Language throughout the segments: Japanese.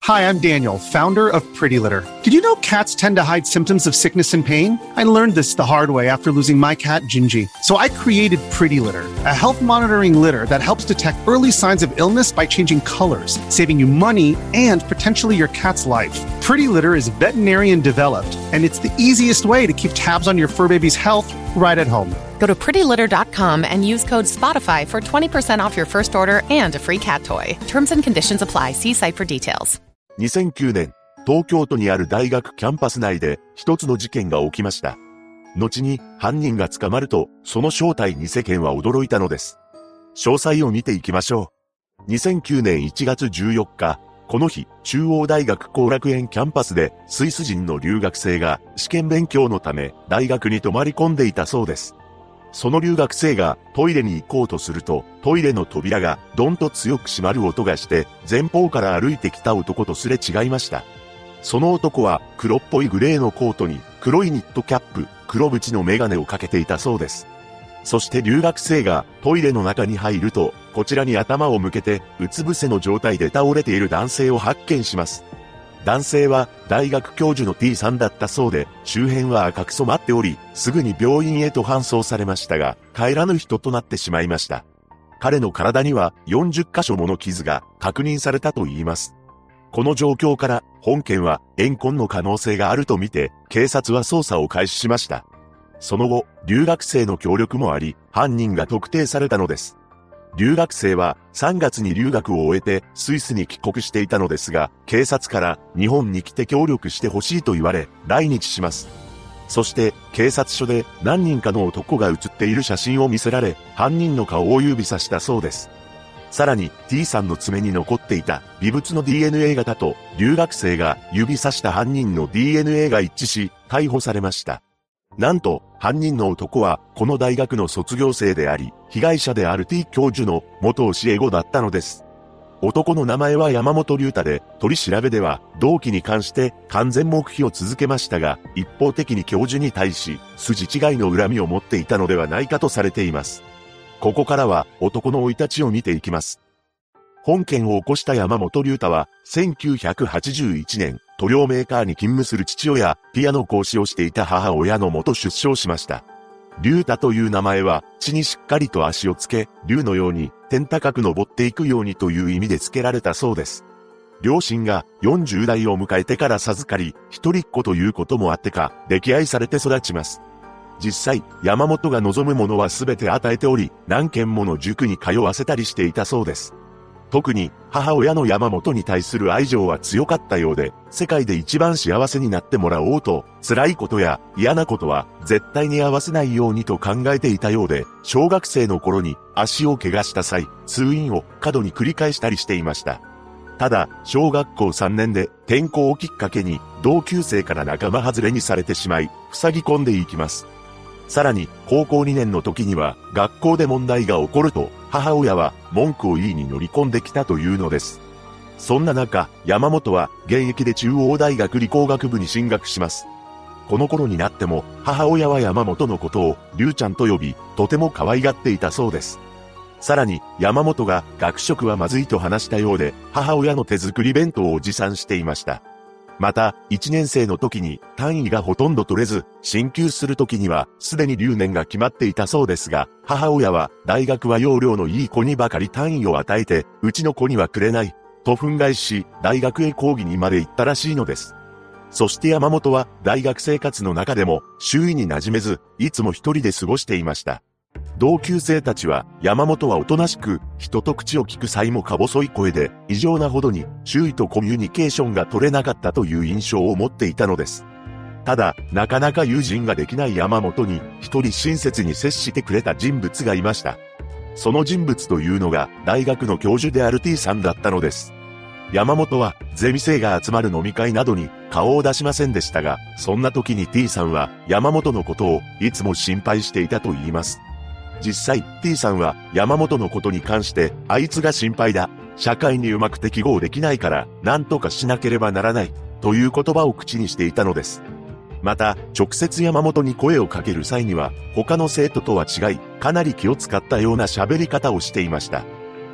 Hi, I'm Daniel, founder of Pretty Litter. Did you know cats tend to hide symptoms of sickness and pain? I learned this the hard way after losing my cat, Gingy. So I created Pretty Litter, a health monitoring litter that helps detect early signs of illness by changing colors, saving you money and potentially your cat's life. Pretty Litter is veterinarian developed, and it's the easiest way to keep tabs on your fur baby's health right at home. Go to prettylitter.com and use code SPOTIFY for 20% off your first order and a free cat toy. Terms and conditions apply. See site for details. 2009年、東京都にある大学キャンパス内で一つの事件が起きました。後に犯人が捕まると、その正体に世間は驚いたのです。詳細を見ていきましょう。2009年1月14日、この日、中央大学後楽園キャンパスでスイス人の留学生が試験勉強のため大学に泊まり込んでいたそうです。その留学生がトイレに行こうとすると、トイレの扉がドンと強く閉まる音がして、前方から歩いてきた男とすれ違いました。その男は黒っぽいグレーのコートに黒いニットキャップ、黒縁のメガネをかけていたそうです。そして留学生がトイレの中に入ると、こちらに頭を向けてうつ伏せの状態で倒れている男性を発見します。男性は大学教授の T さんだったそうで、周辺は赤く染まっており、すぐに病院へと搬送されましたが、帰らぬ人となってしまいました。彼の体には40カ所もの傷が確認されたといいます。この状況から本件は怨恨の可能性があるとみて、警察は捜査を開始しました。その後、留学生の協力もあり、犯人が特定されたのです。留学生は3月に留学を終えてスイスに帰国していたのですが、警察から日本に来て協力してほしいと言われ、来日します。そして警察署で何人かの男が写っている写真を見せられ、犯人の顔を指さしたそうです。さらに T さんの爪に残っていた微物の DNA 型と留学生が指さした犯人の DNA が一致し、逮捕されました。なんと、犯人の男は、この大学の卒業生であり、被害者である T 教授の元教え子だったのです。男の名前は山本龍太で、取り調べでは、同期に関して完全黙秘を続けましたが、一方的に教授に対し、筋違いの恨みを持っていたのではないかとされています。ここからは、男の生い立ちを見ていきます。本件を起こした山本龍太は、1981年、塗料メーカーに勤務する父親、ピアノ講師をしていた母親のもと出生しました。龍太という名前は、地にしっかりと足をつけ、龍のように天高く登っていくようにという意味で付けられたそうです。両親が40代を迎えてから授かり、一人っ子ということもあってか、溺愛されて育ちます。実際、山本が望むものはすべて与えており、何軒もの塾に通わせたりしていたそうです。特に母親の山本に対する愛情は強かったようで、世界で一番幸せになってもらおうと、辛いことや嫌なことは絶対に合わせないようにと考えていたようで、小学生の頃に足を怪我した際、通院を過度に繰り返したりしていました。ただ、小学校3年で転校をきっかけに同級生から仲間外れにされてしまい、塞ぎ込んでいきます。さらに、高校2年の時には学校で問題が起こると、母親は文句を言いに乗り込んできたというのです。そんな中、山本は現役で中央大学理工学部に進学します。この頃になっても、母親は山本のことを龍ちゃんと呼び、とても可愛がっていたそうです。さらに、山本が学食はまずいと話したようで、母親の手作り弁当を持参していました。また、1年生の時に単位がほとんど取れず、進級する時にはすでに留年が決まっていたそうですが、母親は大学は要領のいい子にばかり単位を与えて、うちの子にはくれない、と憤慨し、大学へ講義にまで行ったらしいのです。そして山本は大学生活の中でも周囲に馴染めず、いつも一人で過ごしていました。同級生たちは山本はおとなしく、人と口を聞く際もか細い声で、異常なほどに周囲とコミュニケーションが取れなかったという印象を持っていたのです。ただ、なかなか友人ができない山本に、一人親切に接してくれた人物がいました。その人物というのが、大学の教授である T さんだったのです。山本は、ゼミ生が集まる飲み会などに顔を出しませんでしたが、そんな時に T さんは、山本のことをいつも心配していたと言います。実際 T さんは山本のことに関して、あいつが心配だ。社会にうまく適合できないから、何とかしなければならない。という言葉を口にしていたのです。また、直接山本に声をかける際には、他の生徒とは違い、かなり気を使ったような喋り方をしていました。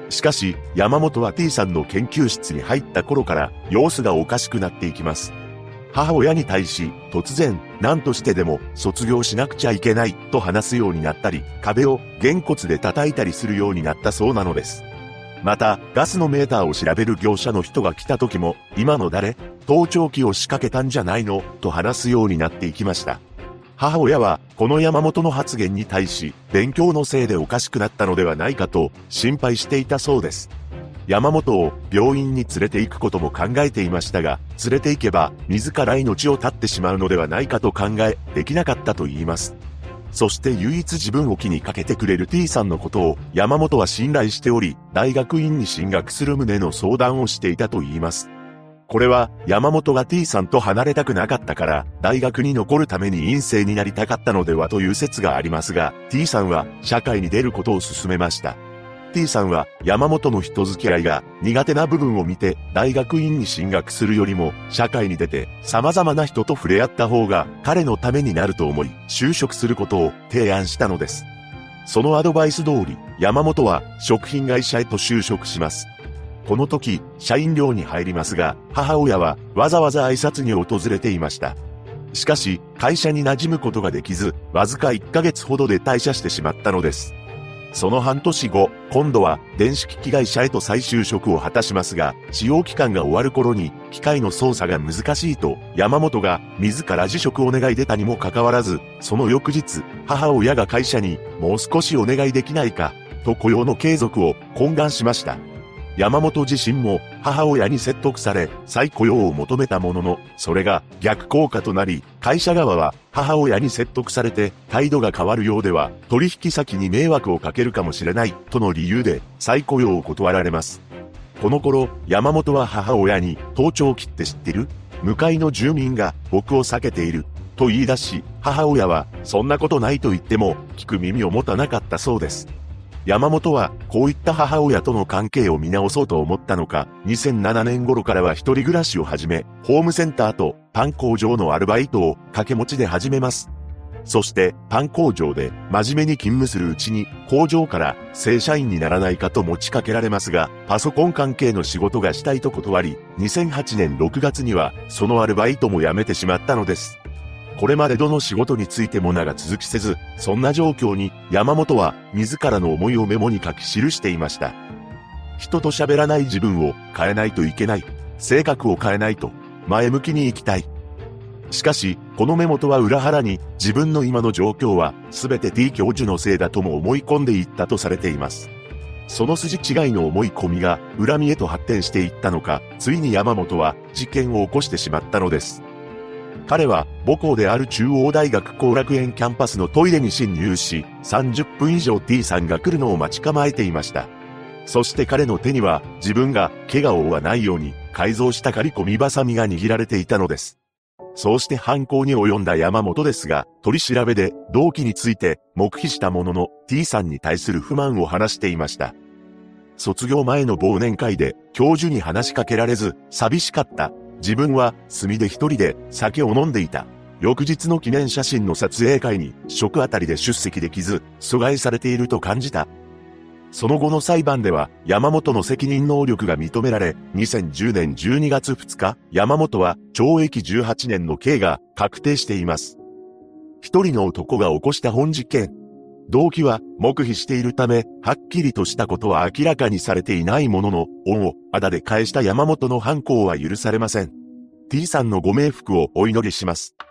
しかし、山本は T さんの研究室に入った頃から様子がおかしくなっていきます。母親に対し、突然、何としてでも卒業しなくちゃいけないと話すようになったり、壁をげんこつで叩いたりするようになったそうなのです。また、ガスのメーターを調べる業者の人が来た時も、今の誰？盗聴器を仕掛けたんじゃないの？と話すようになっていきました。母親は、この山本の発言に対し、勉強のせいでおかしくなったのではないかと心配していたそうです。山本を病院に連れて行くことも考えていましたが、連れて行けば自ら命を絶ってしまうのではないかと考え、できなかったと言います。そして唯一自分を気にかけてくれる T さんのことを山本は信頼しており、大学院に進学する旨の相談をしていたと言います。これは山本が T さんと離れたくなかったから大学に残るために院生になりたかったのではという説がありますが、 T さんは社会に出ることを勧めました。T さんは山本の人付き合いが苦手な部分を見て大学院に進学するよりも社会に出て様々な人と触れ合った方が彼のためになると思い就職することを提案したのです。そのアドバイス通り山本は食品会社へと就職します。この時社員寮に入りますが母親はわざわざ挨拶に訪れていました。しかし会社に馴染むことができずわずか1ヶ月ほどで退社してしまったのです。その半年後、今度は電子機器会社へと再就職を果たしますが、使用期間が終わる頃に機械の操作が難しいと山本が自ら辞職を願い出たにもかかわらず、その翌日、母親が会社にもう少しお願いできないかと雇用の継続を懇願しました。山本自身も母親に説得され再雇用を求めたものの、それが逆効果となり、会社側は母親に説得されて態度が変わるようでは取引先に迷惑をかけるかもしれないとの理由で再雇用を断られます。この頃、山本は母親に盗聴器って知ってる？向かいの住民が僕を避けていると言い出し、母親はそんなことないと言っても聞く耳を持たなかったそうです。山本はこういった母親との関係を見直そうと思ったのか、2007年頃からは一人暮らしを始め、ホームセンターとパン工場のアルバイトを掛け持ちで始めます。そしてパン工場で真面目に勤務するうちに工場から正社員にならないかと持ちかけられますが、パソコン関係の仕事がしたいと断り、2008年6月にはそのアルバイトも辞めてしまったのです。これまでどの仕事についても名が続きせず、そんな状況に山本は自らの思いをメモに書き記していました。人と喋らない自分を変えないといけない。性格を変えないと。前向きに生きたい。しかし、このメモとは裏腹に自分の今の状況は全て T 教授のせいだとも思い込んでいったとされています。その筋違いの思い込みが恨みへと発展していったのか、ついに山本は事件を起こしてしまったのです。彼は母校である中央大学後楽園キャンパスのトイレに侵入し、30分以上 T さんが来るのを待ち構えていました。そして彼の手には自分が怪我を負わないように改造した刈り込みバサミが握られていたのです。そうして犯行に及んだ山本ですが、取り調べで動機について黙秘したものの T さんに対する不満を話していました。卒業前の忘年会で教授に話しかけられず寂しかった。自分は炭で一人で酒を飲んでいた。翌日の記念写真の撮影会に食あたりで出席できず阻害されていると感じた。その後の裁判では山本の責任能力が認められ、2010年12月2日、山本は懲役18年の刑が確定しています。一人の男が起こした本事件。動機は黙秘しているため、はっきりとしたことは明らかにされていないものの、恩をあだで返した山本の犯行は許されません。T さんのご冥福をお祈りします。